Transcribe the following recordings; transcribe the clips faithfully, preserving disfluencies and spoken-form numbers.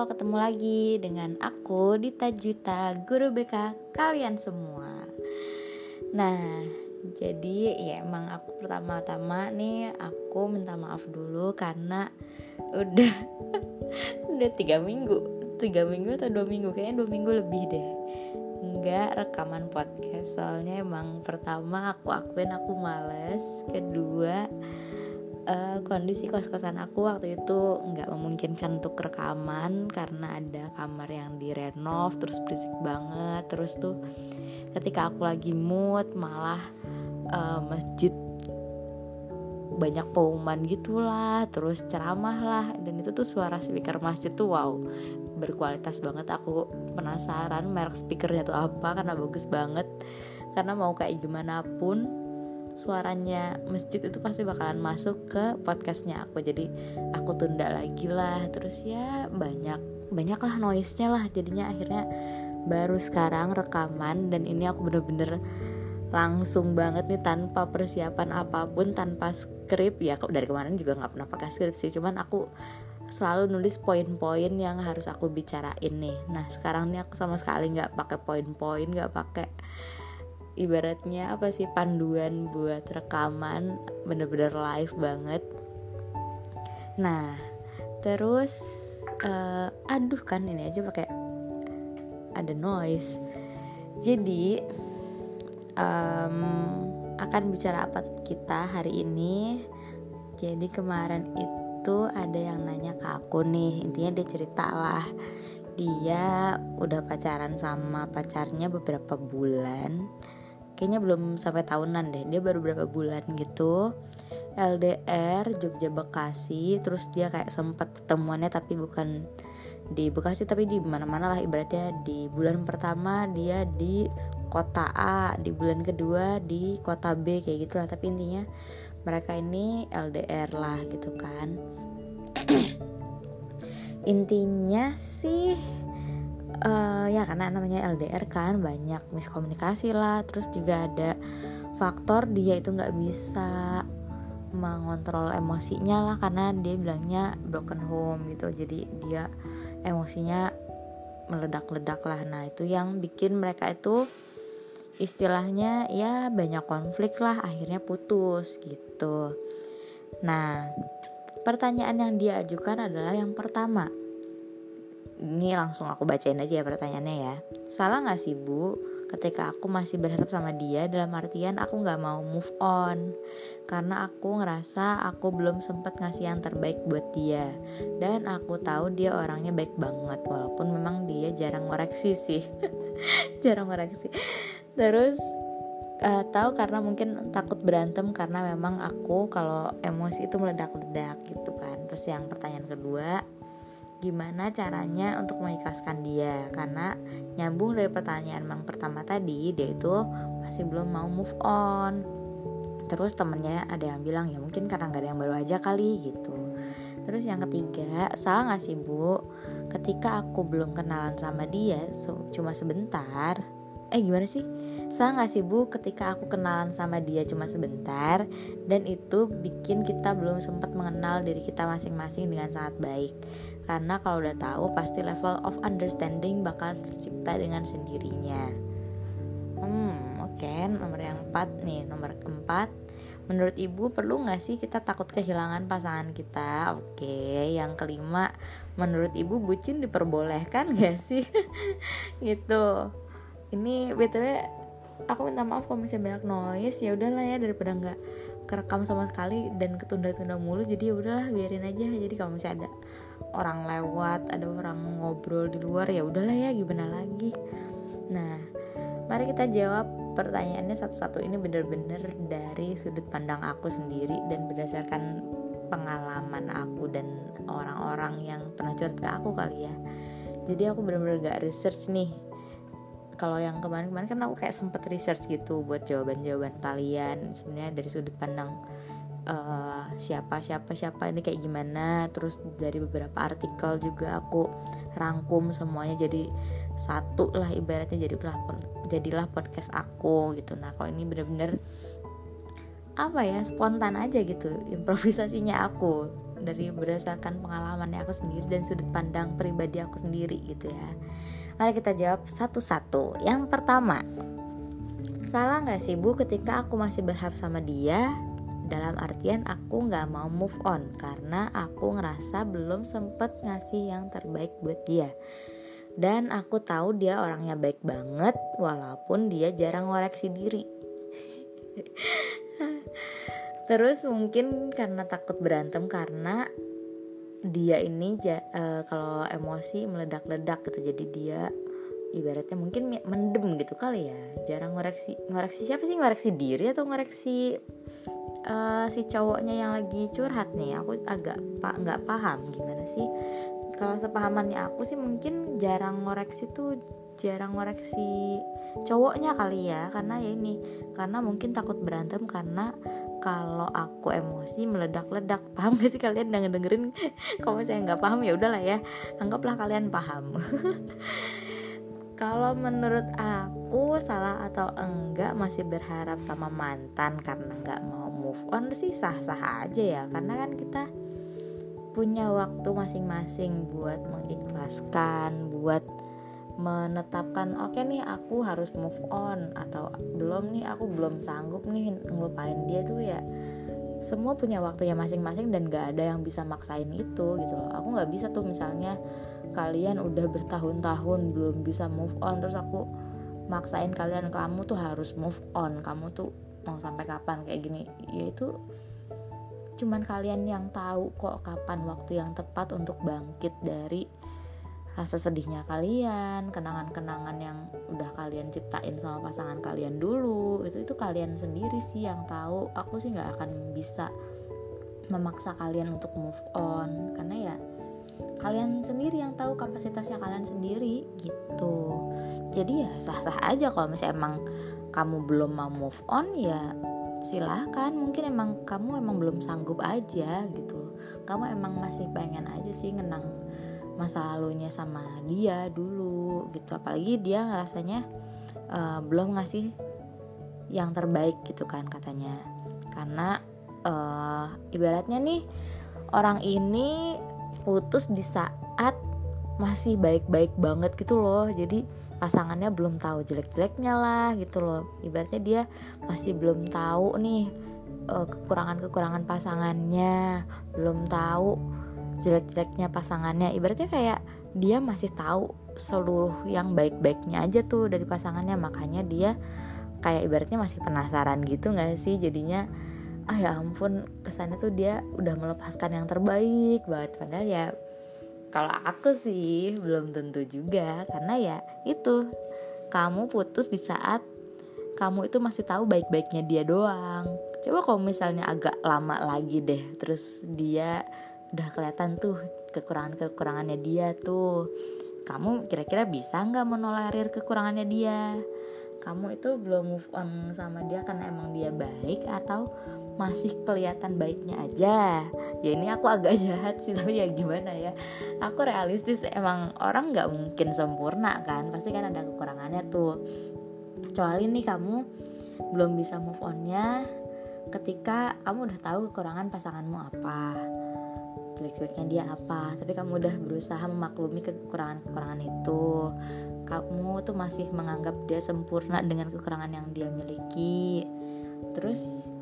Halo, ketemu lagi dengan aku Dita Juta, guru B K kalian semua. Nah, jadi ya emang aku pertama-tama nih aku minta maaf dulu karena udah udah tiga minggu, tiga minggu atau dua minggu, kayaknya dua minggu lebih deh nggak rekaman podcast. Soalnya emang pertama aku akuin aku males, kedua Uh, kondisi kos-kosan aku waktu itu nggak memungkinkan untuk rekaman karena ada kamar yang direnov, terus berisik banget. Terus tuh ketika aku lagi mood malah uh, masjid banyak pengumuman gitulah, terus ceramah lah, dan itu tuh suara speaker masjid tuh wow berkualitas banget. Aku penasaran merek speakernya tuh apa karena bagus banget, karena mau kayak gimana pun suaranya masjid itu pasti bakalan masuk ke podcastnya aku. Jadi aku tunda lagi lah. Terus ya banyak banyak lah noise-nya lah. Jadinya akhirnya baru sekarang rekaman, dan ini aku bener-bener langsung banget nih tanpa persiapan apapun, tanpa skrip. Ya dari kemarin juga nggak pernah pakai skrip sih, cuman aku selalu nulis poin-poin yang harus aku bicarain nih. Nah sekarang nih aku sama sekali nggak pakai poin-poin, nggak pakai ibaratnya apa sih panduan buat rekaman, bener-bener live banget. Nah terus uh, aduh kan ini aja pakai ada noise. Jadi um, akan bicara apa kita hari ini. Jadi kemarin itu ada yang nanya ke aku nih, intinya dia cerita lah, dia udah pacaran sama pacarnya beberapa bulan, kayaknya belum sampai tahunan deh, dia baru berapa bulan gitu, L D R Jogja Bekasi. Terus dia kayak sempat ketemuannya tapi bukan di Bekasi tapi di mana-mana lah, ibaratnya di bulan pertama dia di kota A, di bulan kedua di kota B, kayak gitu lah. Tapi intinya mereka ini L D R lah gitu kan. Intinya sih Uh, ya karena namanya L D R kan banyak miskomunikasi lah. Terus juga ada faktor dia itu gak bisa mengontrol emosinya lah, karena dia bilangnya broken home gitu. Jadi dia emosinya meledak-ledak lah. Nah itu yang bikin mereka itu istilahnya ya banyak konflik lah, akhirnya putus gitu. Nah pertanyaan yang dia ajukan adalah yang pertama. Ini langsung aku bacain aja ya pertanyaannya ya. Salah gak sih Bu ketika aku masih berharap sama dia, dalam artian aku gak mau move on karena aku ngerasa aku belum sempat ngasih yang terbaik buat dia, dan aku tahu dia orangnya baik banget, walaupun memang dia jarang ngoreksi sih. Jarang ngoreksi. Terus uh, tahu karena mungkin takut berantem karena memang aku kalau emosi itu meledak-ledak gitu kan. Terus yang pertanyaan kedua, gimana caranya untuk mengikhlaskan dia? Karena nyambung dari pertanyaan yang pertama tadi, dia itu masih belum mau move on. Terus temennya ada yang bilang ya mungkin karena gak ada yang baru aja kali gitu. Terus yang ketiga, salah gak sih Bu ketika aku belum kenalan sama dia so, cuma sebentar Eh gimana sih? Salah gak sih Bu ketika aku kenalan sama dia cuma sebentar, dan itu bikin kita belum sempat mengenal diri kita masing-masing dengan sangat baik? Karena kalau udah tahu pasti level of understanding bakal tercipta dengan sendirinya. Hmm oke okay. Nomor yang empat nih. Nomor keempat, menurut Ibu perlu gak sih kita takut kehilangan pasangan kita? Oke okay. Yang kelima, menurut Ibu bucin diperbolehkan gak sih? Gitu. Ini B T W aku minta maaf kalau misalnya banyak noise. Ya udahlah ya, daripada nggak kerekam sama sekali dan ketunda-tunda mulu, jadi ya udahlah biarin aja. Jadi kalau misalnya ada orang lewat, ada orang ngobrol di luar, ya udahlah ya, gimana lagi. Nah mari kita jawab pertanyaannya satu-satu. Ini bener-bener dari sudut pandang aku sendiri dan berdasarkan pengalaman aku dan orang-orang yang pernah curhat ke aku kali ya. Jadi aku bener-bener gak research nih. Kalau yang kemarin-kemarin kan aku kayak sempet research gitu buat jawaban-jawaban kalian, sebenarnya dari sudut pandang uh, siapa siapa siapa ini kayak gimana. Terus dari beberapa artikel juga aku rangkum semuanya jadi satu lah, ibaratnya jadilah jadilah podcast aku gitu. Nah kalau ini bener-bener apa ya, spontan aja gitu improvisasinya aku dari berdasarkan pengalaman aku sendiri dan sudut pandang pribadi aku sendiri gitu ya. Mari kita jawab satu-satu. Yang pertama, salah gak sih Bu ketika aku masih berharap sama dia? Dalam artian aku gak mau move on karena aku ngerasa belum sempet ngasih yang terbaik buat dia. Dan aku tahu dia orangnya baik banget walaupun dia jarang ngoreksi diri. Terus mungkin karena takut berantem karena dia ini uh, kalau emosi meledak-ledak gitu, jadi dia ibaratnya mungkin mendem gitu kali ya, jarang ngoreksi ngoreksi siapa sih, ngoreksi diri atau ngoreksi uh, si cowoknya yang lagi curhat nih. Aku agak pa, nggak paham gimana sih. Kalau sepahamannya aku sih mungkin jarang ngoreksi tuh jarang ngoreksi cowoknya kali ya, karena ya ini karena mungkin takut berantem karena kalau aku emosi meledak-ledak. Paham gak sih kalian dengan dengerin? Kalau saya nggak paham ya udahlah ya, anggaplah kalian paham. Kalau menurut aku salah atau enggak masih berharap sama mantan karena nggak mau move on sih sah-sah aja ya, karena kan kita punya waktu masing-masing buat mengikhlaskan, buat menetapkan oke okay nih aku harus move on atau belum nih, aku belum sanggup nih ngelupain dia tuh ya. Semua punya waktunya masing-masing dan gak ada yang bisa maksain itu gitu loh. Aku gak bisa tuh misalnya kalian udah bertahun-tahun belum bisa move on terus aku maksain kalian, kamu tuh harus move on, kamu tuh mau sampai kapan kayak gini. Ya itu cuman kalian yang tahu kok kapan waktu yang tepat untuk bangkit dari rasa sedihnya kalian, kenangan-kenangan yang udah kalian ciptain sama pasangan kalian dulu. Itu itu kalian sendiri sih yang tahu. Aku sih nggak akan bisa memaksa kalian untuk move on karena ya kalian sendiri yang tahu kapasitasnya kalian sendiri gitu. Jadi ya sah-sah aja kalau misalnya emang kamu belum mau move on ya silahkan. Mungkin emang kamu emang belum sanggup aja gitu. Kamu emang masih pengen aja sih ngenang masa lalunya sama dia dulu gitu, apalagi dia ngerasanya uh, belum ngasih yang terbaik gitu kan katanya. Karena uh, ibaratnya nih orang ini putus di saat masih baik-baik banget gitu loh, jadi pasangannya belum tahu jelek-jeleknya lah gitu loh. Ibaratnya dia masih belum tahu nih uh, kekurangan-kekurangan pasangannya, belum tahu jelek-jeleknya pasangannya. Ibaratnya kayak dia masih tahu seluruh yang baik-baiknya aja tuh dari pasangannya, makanya dia kayak ibaratnya masih penasaran gitu gak sih jadinya. Ah ya ampun, kesannya tuh dia udah melepaskan yang terbaik banget, padahal ya kalau aku sih belum tentu juga, karena ya itu kamu putus di saat kamu itu masih tahu baik-baiknya dia doang. Coba kalau misalnya agak lama lagi deh, terus dia udah kelihatan tuh kekurangan-kekurangannya dia tuh, kamu kira-kira bisa gak menolerir kekurangannya dia? Kamu itu belum move on sama dia karena emang dia baik atau masih kelihatan baiknya aja? Ya ini aku agak jahat sih, tapi ya gimana ya, aku realistis, emang orang gak mungkin sempurna kan, pasti kan ada kekurangannya tuh. Kecuali nih kamu belum bisa move onnya ketika kamu udah tahu kekurangan pasanganmu apa, jelek-jeleknya dia apa, tapi kamu udah berusaha memaklumi kekurangan-kekurangan itu. Kamu tuh masih menganggap dia sempurna dengan kekurangan yang dia miliki. Terus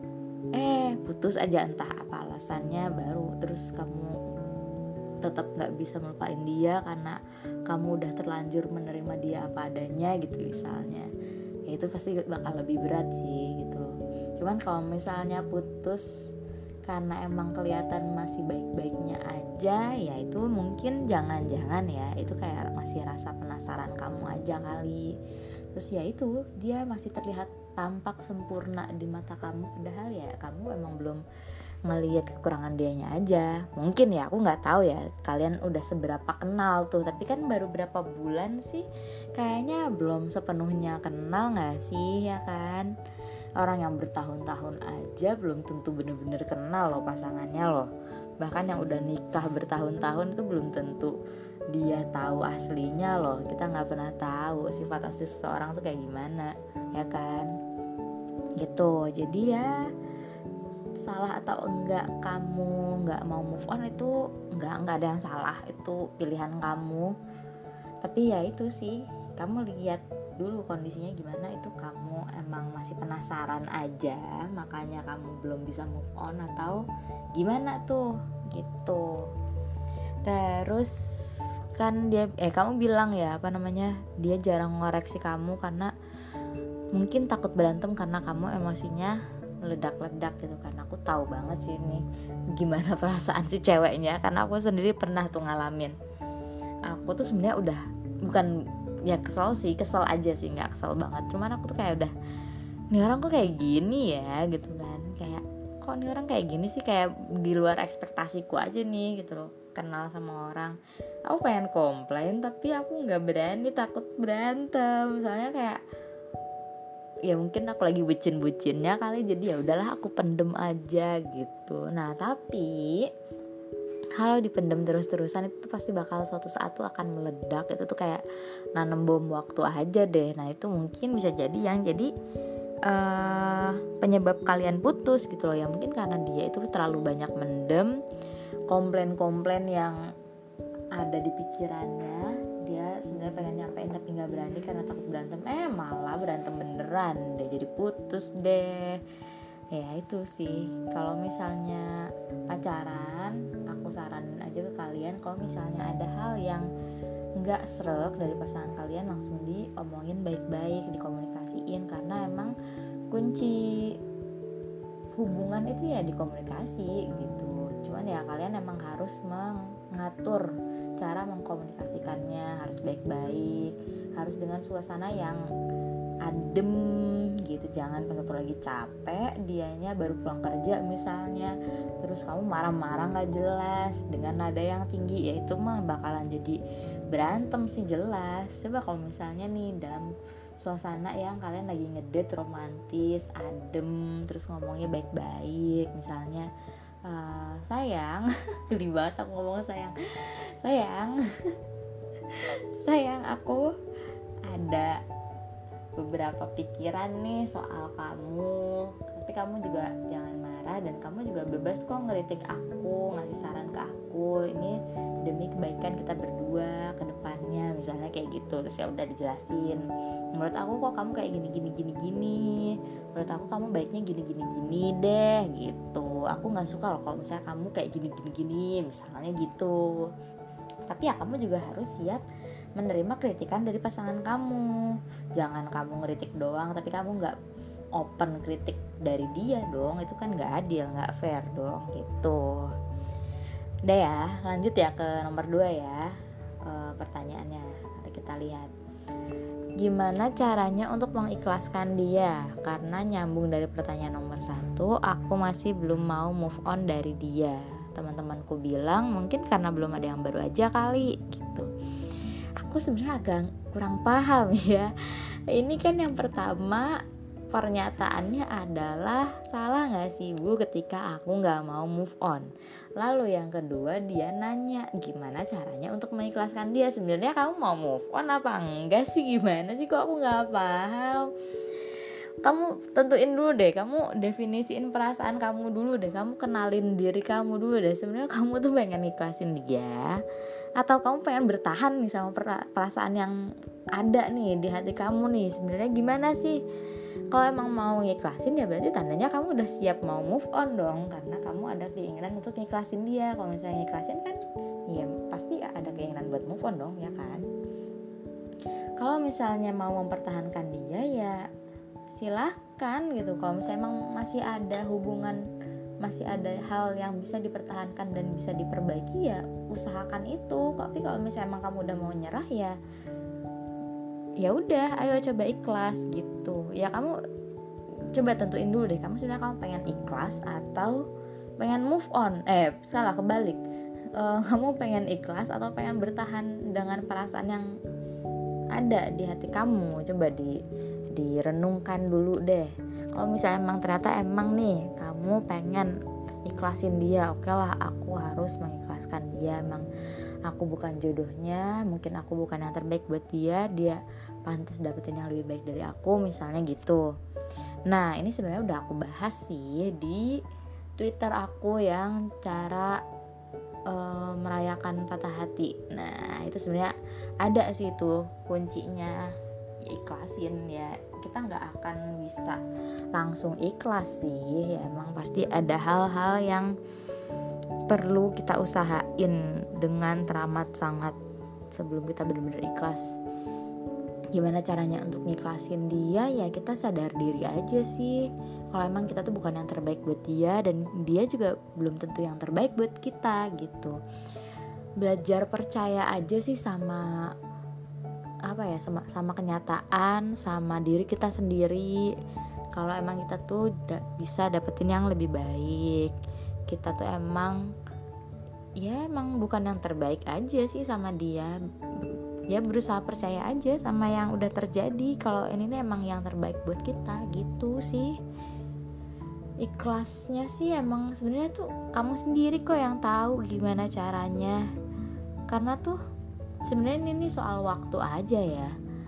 eh putus aja entah apa alasannya, baru terus kamu tetap gak bisa melupain dia karena kamu udah terlanjur menerima dia apa adanya gitu misalnya. Ya itu pasti bakal lebih berat sih gitu. Cuman kalau misalnya putus karena emang kelihatan masih baik-baiknya aja, ya itu mungkin jangan-jangan ya itu kayak masih rasa penasaran kamu aja kali. Terus ya itu dia masih terlihat tampak sempurna di mata kamu, padahal ya kamu emang belum ngelihat kekurangan dianya aja. Mungkin ya, aku nggak tahu ya kalian udah seberapa kenal tuh, tapi kan baru berapa bulan sih, kayaknya belum sepenuhnya kenal nggak sih ya kan. Orang yang bertahun-tahun aja belum tentu bener-bener kenal loh pasangannya loh. Bahkan yang udah nikah bertahun-tahun itu belum tentu dia tahu aslinya loh. Kita gak pernah tahu sifat asli seseorang tuh kayak gimana, ya kan. Gitu, jadi ya salah atau enggak kamu nggak mau move on itu nggak nggak ada yang salah, itu pilihan kamu. Tapi ya itu sih, kamu lihat dulu kondisinya gimana. Itu kamu emang masih penasaran aja makanya kamu belum bisa move on atau gimana tuh gitu. Terus kan dia eh kamu bilang ya apa namanya dia jarang ngoreksi kamu karena mungkin takut berantem karena kamu emosinya meledak-ledak gitu kan. Aku tahu banget sih ini gimana perasaan si ceweknya karena aku sendiri pernah tuh ngalamin. Aku tuh sebenarnya udah bukan ya kesel sih, kesel aja sih, nggak kesel banget. Cuman aku tuh kayak udah, nih orang kok kayak gini ya gitu kan. Kayak kok nih orang kayak gini sih, kayak di luar ekspektasiku aja nih gitu loh. Kenal sama orang, aku pengen komplain tapi aku nggak berani, takut berantem. Soalnya kayak ya mungkin aku lagi bucin-bucinnya kali, jadi ya udahlah aku pendem aja gitu. Nah tapi kalau dipendem terus-terusan itu pasti bakal suatu saat tuh akan meledak. Itu tuh kayak nanam bom waktu aja deh. Nah itu mungkin bisa jadi yang jadi uh, penyebab kalian putus gitu loh ya. Mungkin karena dia itu terlalu banyak mendem komplain-komplain yang ada di pikirannya. Dia sebenarnya pengen nyampein tapi nggak berani karena takut berantem, eh malah berantem beneran deh, jadi putus deh. Ya itu sih, kalau misalnya pacaran, aku saranin aja ke kalian kalau misalnya ada hal yang nggak srek dari pasangan kalian, langsung diomongin baik-baik, dikomunikasiin, karena emang kunci hubungan itu ya di komunikasi gitu. Cuman ya kalian emang harus mengatur cara mengkomunikasikannya, harus baik-baik, harus dengan suasana yang adem gitu. Jangan pas satu lagi capek, dianya baru pulang kerja misalnya, terus kamu marah-marah gak jelas dengan nada yang tinggi, ya itu mah bakalan jadi berantem sih jelas. Coba kalau misalnya nih dalam suasana yang kalian lagi ngedate romantis, adem, terus ngomongnya baik-baik, misalnya Uh, sayang, geli banget aku ngomong sayang, sayang, sayang aku ada beberapa pikiran nih soal kamu, tapi kamu juga jangan marah dan kamu juga bebas kok ngeritik aku, ngasih saran ke aku, ini demi kebaikan kita berdua ke depannya, misalnya kayak gitu. Terus ya udah dijelasin, menurut aku kok kamu kayak gini gini gini gini, menurut aku kamu baiknya gini gini gini deh gitu. Aku nggak suka loh kalau misalnya kamu kayak gini gini gini, misalnya gitu. Tapi ya kamu juga harus siap menerima kritikan dari pasangan kamu. Jangan kamu ngeritik doang tapi kamu nggak open kritik dari dia dong, itu kan nggak adil, nggak fair dong gitu. Udah ya, lanjut ya ke nomor dua ya, e, pertanyaannya. Nanti kita lihat gimana caranya untuk mengikhlaskan dia. Karena nyambung dari pertanyaan nomor satu, aku masih belum mau move on dari dia. Teman-temanku bilang mungkin karena belum ada yang baru aja kali gitu. Aku sebenarnya agak kurang paham ya. Ini kan yang pertama pernyataannya adalah salah gak sih Bu ketika aku gak mau move on. Lalu yang kedua dia nanya gimana caranya untuk mengikhlaskan dia. Sebenarnya kamu mau move on apa enggak sih, gimana sih, kok aku gak paham. Kamu tentuin dulu deh, kamu definisiin perasaan kamu dulu deh, kamu kenalin diri kamu dulu deh. Sebenarnya kamu tuh pengen ikhlasin dia atau kamu pengen bertahan nih sama perasaan yang ada nih di hati kamu nih. Sebenarnya gimana sih? Kalau emang mau ngiklasin ya berarti tandanya kamu udah siap mau move on dong, karena kamu ada keinginan untuk ngiklasin dia. Kalau misalnya ngiklasin kan ya pasti ada keinginan buat move on dong, ya kan? Kalau misalnya mau mempertahankan dia ya silahkan gitu. Kalau misalnya emang masih ada hubungan, masih ada hal yang bisa dipertahankan dan bisa diperbaiki ya usahakan itu. Tapi kalau misalnya emang kamu udah mau nyerah ya ya udah, ayo coba ikhlas gitu. Ya kamu coba tentuin dulu deh, kamu sebenarnya kamu pengen ikhlas atau pengen move on. Eh salah, kebalik. Uh, kamu pengen ikhlas atau pengen bertahan dengan perasaan yang ada di hati kamu. Coba di direnungkan dulu deh. Kalau misalnya emang ternyata emang nih kamu pengen ikhlasin dia, oke lah, aku harus mengikhlaskan dia. Emang aku bukan jodohnya, mungkin aku bukan yang terbaik buat dia, dia pantas dapetin yang lebih baik dari aku, misalnya gitu. Nah ini sebenarnya udah aku bahas sih di Twitter aku yang cara uh, merayakan patah hati. Nah itu sebenarnya ada sih tuh kuncinya, ya ikhlasin ya. Kita nggak akan bisa langsung ikhlas sih, ya emang pasti ada hal-hal yang perlu kita usahain dengan teramat sangat sebelum kita benar-benar ikhlas. Gimana caranya untuk ngikhlasin dia? Ya kita sadar diri aja sih, kalau emang kita tuh bukan yang terbaik buat dia, dan dia juga belum tentu yang terbaik buat kita gitu. Belajar percaya aja sih sama apa ya, sama sama kenyataan, sama diri kita sendiri. Kalau emang kita tuh da- bisa dapetin yang lebih baik, kita tuh emang ya emang bukan yang terbaik aja sih sama dia. Ya berusaha percaya aja sama yang udah terjadi, kalau ini nih emang yang terbaik buat kita gitu sih. Ikhlasnya sih emang sebenarnya tuh kamu sendiri kok yang tahu gimana caranya. Karena tuh sebenarnya ini soal waktu aja ya.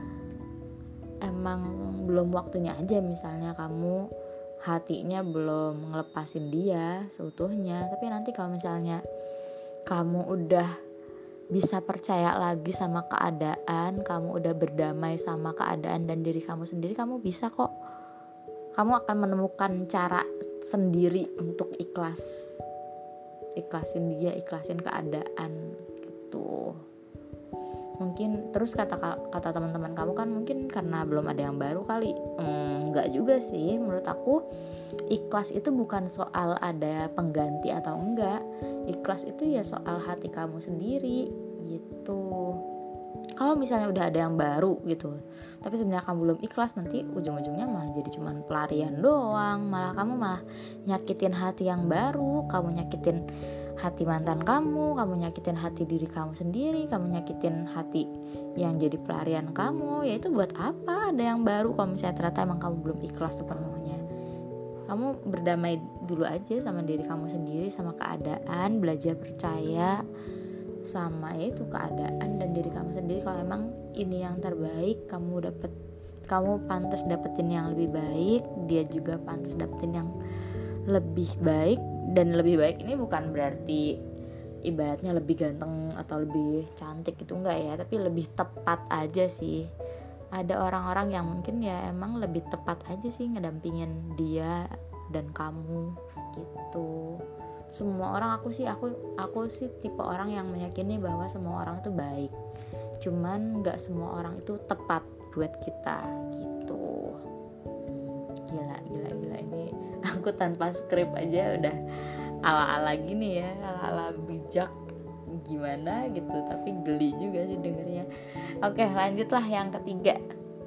Emang belum waktunya aja, misalnya kamu hatinya belum ngelepasin dia seutuhnya, tapi nanti kalau misalnya kamu udah bisa percaya lagi sama keadaan, kamu udah berdamai sama keadaan dan diri kamu sendiri, kamu bisa kok. Kamu akan menemukan cara sendiri untuk ikhlas. Ikhlasin dia, ikhlasin keadaan gitu. Mungkin terus kata kata teman-teman kamu kan mungkin karena belum ada yang baru kali. Hmm, enggak juga sih, menurut aku ikhlas itu bukan soal ada pengganti atau enggak. Ikhlas itu ya soal hati kamu sendiri gitu. Kalau misalnya udah ada yang baru gitu, tapi sebenarnya kamu belum ikhlas, nanti ujung-ujungnya malah jadi cuman pelarian doang. Malah kamu malah nyakitin hati yang baru, kamu nyakitin hati mantan kamu, kamu nyakitin hati diri kamu sendiri, kamu nyakitin hati yang jadi pelarian kamu. Ya itu buat apa ada yang baru kalau misalnya ternyata emang kamu belum ikhlas sepenuhnya. Kamu berdamai dulu aja sama diri kamu sendiri, sama keadaan, belajar percaya sama itu keadaan dan diri kamu sendiri. Kalau emang ini yang terbaik, kamu dapet, kamu pantas dapetin yang lebih baik, dia juga pantas dapetin yang lebih baik. Dan lebih baik ini bukan berarti ibaratnya lebih ganteng atau lebih cantik gitu, enggak ya, tapi lebih tepat aja sih. Ada orang-orang yang mungkin ya emang lebih tepat aja sih ngedampingin dia dan kamu gitu. Semua orang, aku sih aku aku sih tipe orang yang meyakini bahwa semua orang itu baik, cuman nggak semua orang itu tepat buat kita gitu. Gila gila gila ini aku tanpa skrip aja udah ala-ala gini ya, ala-ala bijak gimana gitu, tapi geli juga sih dengernya. Oke, lanjutlah yang ketiga.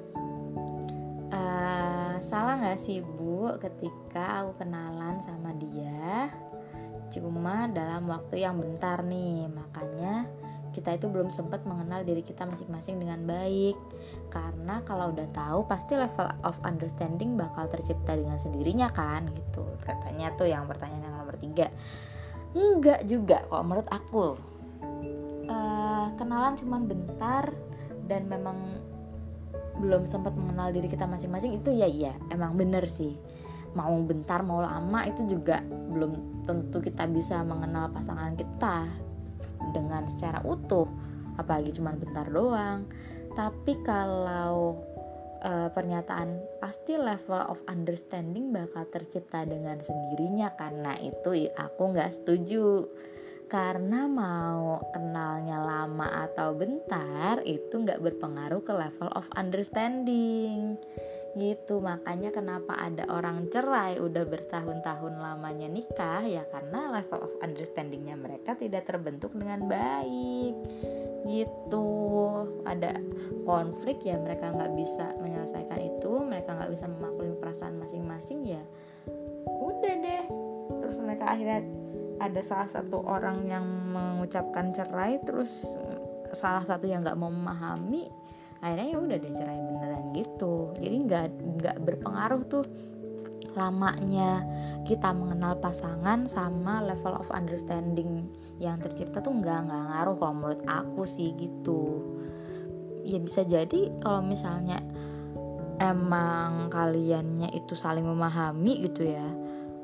Uh, salah nggak sih Bu ketika aku kenalan sama dia cuma dalam waktu yang bentar nih, makanya kita itu belum sempat mengenal diri kita masing-masing dengan baik. Karena kalau udah tahu pasti level of understanding bakal tercipta dengan sendirinya kan gitu, katanya tuh yang pertanyaan yang nomor tiga. Enggak juga kok menurut aku. Uh, kenalan cuma bentar dan memang belum sempat mengenal diri kita masing-masing, itu ya iya emang bener sih. Mau bentar mau lama itu juga belum tentu kita bisa mengenal pasangan kita dengan secara utuh, apalagi cuma bentar doang. Tapi kalau uh, pernyataan pasti level of understanding bakal tercipta dengan sendirinya, karena itu aku nggak setuju. Karena mau kenalnya lama atau bentar itu nggak berpengaruh ke level of understanding gitu. Makanya kenapa ada orang cerai udah bertahun-tahun lamanya nikah, ya karena level of understandingnya mereka tidak terbentuk dengan baik gitu. Ada konflik ya mereka nggak bisa menyelesaikan itu, mereka nggak bisa memaklumi perasaan masing-masing, ya udah deh. Terus mereka akhirnya ada salah satu orang yang mengucapkan cerai, terus salah satu yang nggak mau memahami, akhirnya ya udah deh cerai beneran gitu. Jadi nggak nggak berpengaruh tuh lamanya kita mengenal pasangan sama level of understanding yang tercipta tuh nggak nggak ngaruh kalau menurut aku sih gitu. Ya bisa jadi kalau misalnya emang kaliannya itu saling memahami gitu ya,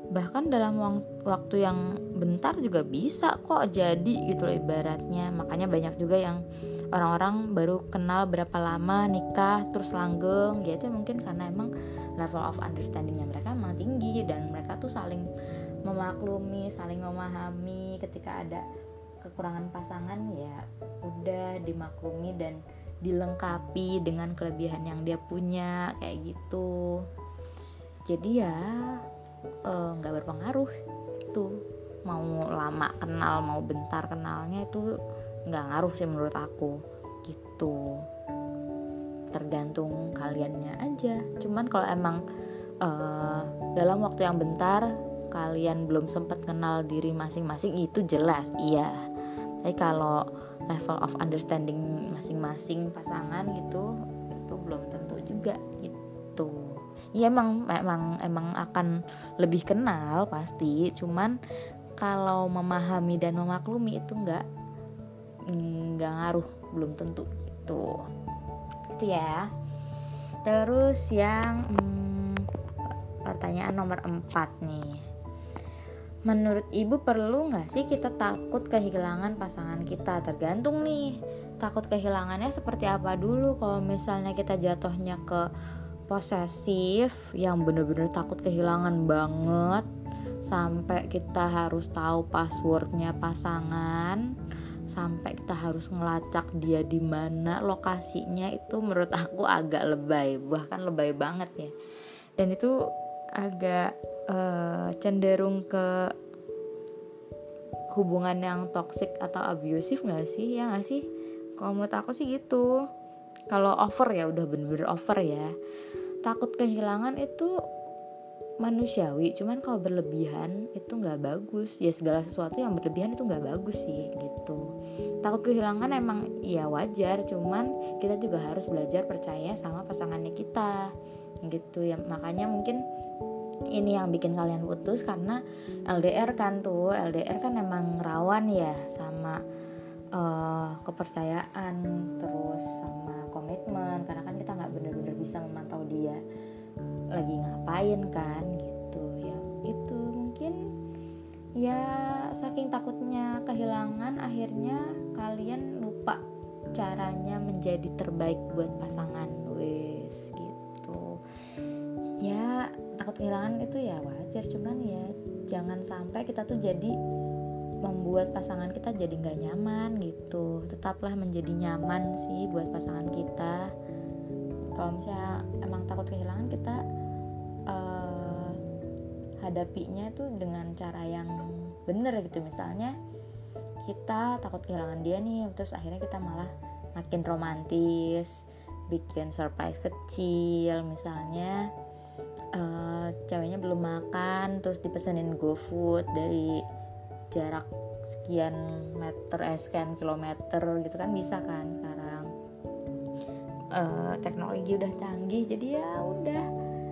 bahkan dalam waktu yang bentar juga bisa kok jadi gitu loh ibaratnya. Makanya banyak juga yang orang-orang baru kenal berapa lama nikah terus langgeng, ya itu mungkin karena emang level of understandingnya mereka emang tinggi dan mereka tuh saling memaklumi, saling memahami. Ketika ada kekurangan pasangan ya udah dimaklumi dan dilengkapi dengan kelebihan yang dia punya kayak gitu. Jadi ya nggak uh, berpengaruh tuh mau lama kenal mau bentar kenalnya, itu nggak ngaruh sih menurut aku gitu. Tergantung kaliannya aja. Cuman kalau emang uh, dalam waktu yang bentar kalian belum sempat kenal diri masing-masing, itu jelas iya. Tapi kalau level of understanding masing-masing pasangan gitu, itu belum tentu juga gitu. Ya emang emang emang akan lebih kenal pasti, cuman kalau memahami dan memaklumi itu enggak enggak ngaruh, belum tentu gitu. Itu ya. Terus yang hmm, pertanyaan nomor empat nih. Menurut ibu perlu enggak sih kita takut kehilangan pasangan kita? Tergantung nih, takut kehilangannya seperti apa dulu. Kalau misalnya kita jatuhnya ke posesif yang bener-bener takut kehilangan banget sampai kita harus tahu passwordnya pasangan, sampai kita harus ngelacak dia di mana lokasinya, itu menurut aku agak lebay, bahkan lebay banget ya. Dan itu agak uh, cenderung ke hubungan yang toxic atau abusive nggak sih? Ya nggak sih? Kalau menurut aku sih gitu. Kalau over ya udah bener-bener over ya. Takut kehilangan itu manusiawi, cuman kalau berlebihan itu nggak bagus. Ya segala sesuatu yang berlebihan itu nggak bagus sih gitu. Takut kehilangan emang ya wajar, cuman kita juga harus belajar percaya sama pasangannya kita gitu ya. Makanya mungkin ini yang bikin kalian putus karena L D R kan tuh. L D R kan emang rawan ya sama uh, kepercayaan terus sama komitmen, karena kan kita nggak benar-benar bisa memantau dia lagi ngapain kan gitu ya. Itu mungkin ya saking takutnya kehilangan akhirnya kalian lupa caranya menjadi terbaik buat pasangan. Wes gitu ya. Takut kehilangan itu ya wajar, cuman ya jangan sampai kita tuh jadi membuat pasangan kita jadi gak nyaman gitu. Tetaplah menjadi nyaman sih buat pasangan kita. Kalau misalnya emang takut kehilangan, kita uh, hadapinya tuh dengan cara yang bener gitu. Misalnya kita takut kehilangan dia nih, terus akhirnya kita malah makin romantis, bikin surprise kecil. Misalnya uh, ceweknya belum makan, terus dipesenin GoFood dari jarak sekian meter, eh sekian kilometer gitu kan, bisa kan sekarang. Uh, teknologi udah canggih, jadi ya udah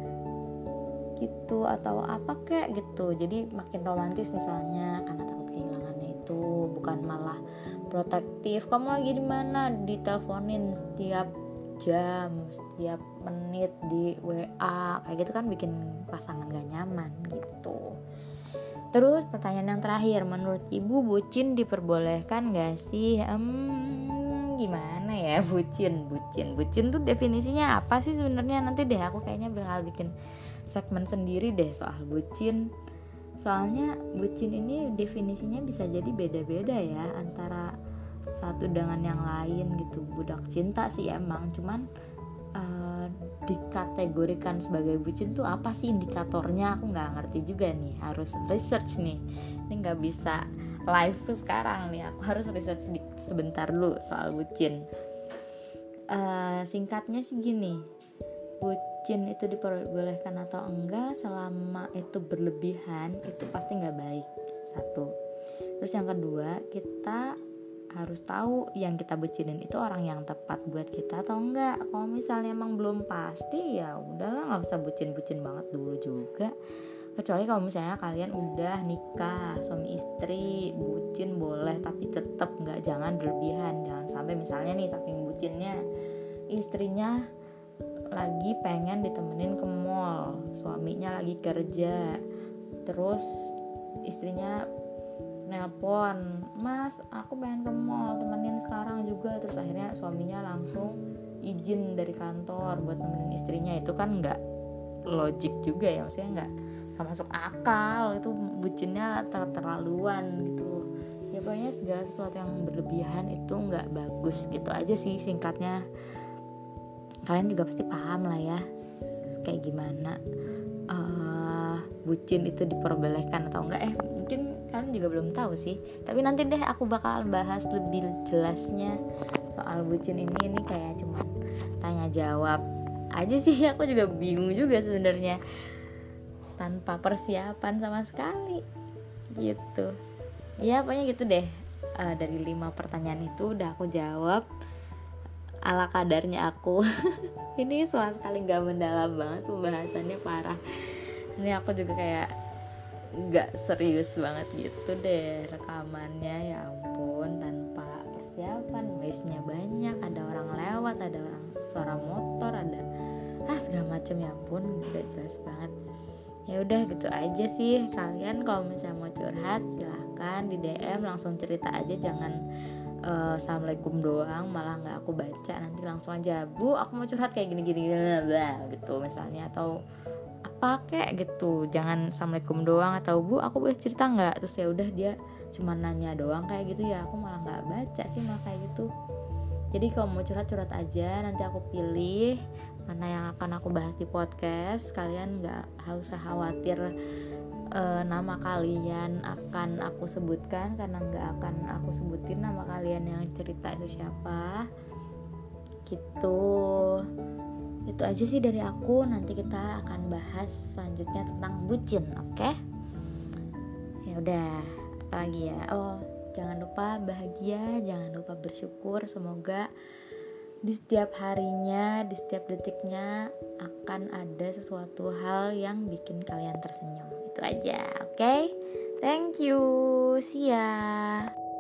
gitu, atau apa kek gitu. Jadi makin romantis misalnya karena takut kehilangannya itu, bukan malah protektif. Kamu lagi di mana? Diteleponin setiap jam, setiap menit di W A kayak gitu kan bikin pasangan gak nyaman gitu. Terus pertanyaan yang terakhir, menurut ibu bucin diperbolehkan gak sih? Hmm, gimana ya bucin? Bucin, bucin tuh definisinya apa sih sebenarnya? Nanti deh aku kayaknya bakal bikin segmen sendiri deh soal bucin. Soalnya bucin ini definisinya bisa jadi beda-beda ya antara satu dengan yang lain gitu. Budak cinta sih emang, cuman uh, dikategorikan sebagai bucin tuh apa sih indikatornya? Aku nggak ngerti juga nih, harus research nih. Ini nggak bisa live sekarang nih, aku harus research di, sebentar dulu soal bucin. Uh, singkatnya sih gini, bucin itu diperbolehkan atau enggak selama itu berlebihan itu pasti nggak baik. Satu. Terus yang kedua, kita harus tahu yang kita bucinin itu orang yang tepat buat kita atau enggak. Kalau misalnya emang belum pasti, ya udahlah, nggak usah bucin-bucin banget dulu juga. Kecuali kalau misalnya kalian udah nikah, suami istri, bucin boleh, tapi tetap nggak, jangan berlebihan. Jangan sampai misalnya nih saking bucinnya, istrinya lagi pengen ditemenin ke mall, suaminya lagi kerja, Terus istrinya nelpon, mas aku pengen ke mall, temenin sekarang juga. Terus akhirnya suaminya langsung izin dari kantor buat temenin istrinya. Itu kan nggak logik juga ya, maksudnya nggak nggak masuk akal, itu bucinnya terlaluan gitu ya. Pokoknya segala sesuatu yang berlebihan itu nggak bagus gitu aja sih singkatnya. Kalian juga pasti paham lah ya kayak gimana uh, bucin itu diperbolehkan atau enggak. Eh mungkin kalian juga belum tahu sih, tapi nanti deh aku bakal bahas lebih jelasnya soal bucin ini. Ini kayak cuman tanya jawab aja sih, aku juga bingung juga sebenarnya, tanpa persiapan sama sekali gitu ya. Pokoknya gitu deh. Uh, dari lima pertanyaan itu udah aku jawab ala kadarnya aku. Ini sama sekali gak mendalam banget pembahasannya, parah. Ini aku juga kayak gak serius banget gitu deh rekamannya, ya ampun, tanpa persiapan. Voice-nya banyak, ada orang lewat, ada orang suara motor, ada ah segala macem, ya ampun, udah jelas banget. Ya udah gitu aja sih. Kalian kalau misalnya mau curhat silahkan di D M, langsung cerita aja, jangan Uh, assalamualaikum doang malah nggak aku baca. Nanti langsung aja, bu aku mau curhat kayak gini-gini gitu misalnya, atau apa kayak gitu. Jangan assalamualaikum doang atau bu aku boleh cerita nggak, terus ya udah dia cuma nanya doang kayak gitu ya, aku malah nggak baca sih malah kayak gitu. Jadi kalau mau curhat curhat aja, nanti aku pilih mana yang akan aku bahas di podcast. Kalian nggak usah khawatir Uh, nama kalian akan aku sebutkan, karena nggak akan aku sebutin nama kalian yang cerita itu siapa gitu. Itu aja sih dari aku. Nanti kita akan bahas selanjutnya tentang bucin, oke? Okay? Ya udah, apa lagi ya? Oh, jangan lupa bahagia, jangan lupa bersyukur. Semoga di setiap harinya, di setiap detiknya akan ada sesuatu hal yang bikin kalian tersenyum. Itu aja, oke? Okay? Thank you, see ya.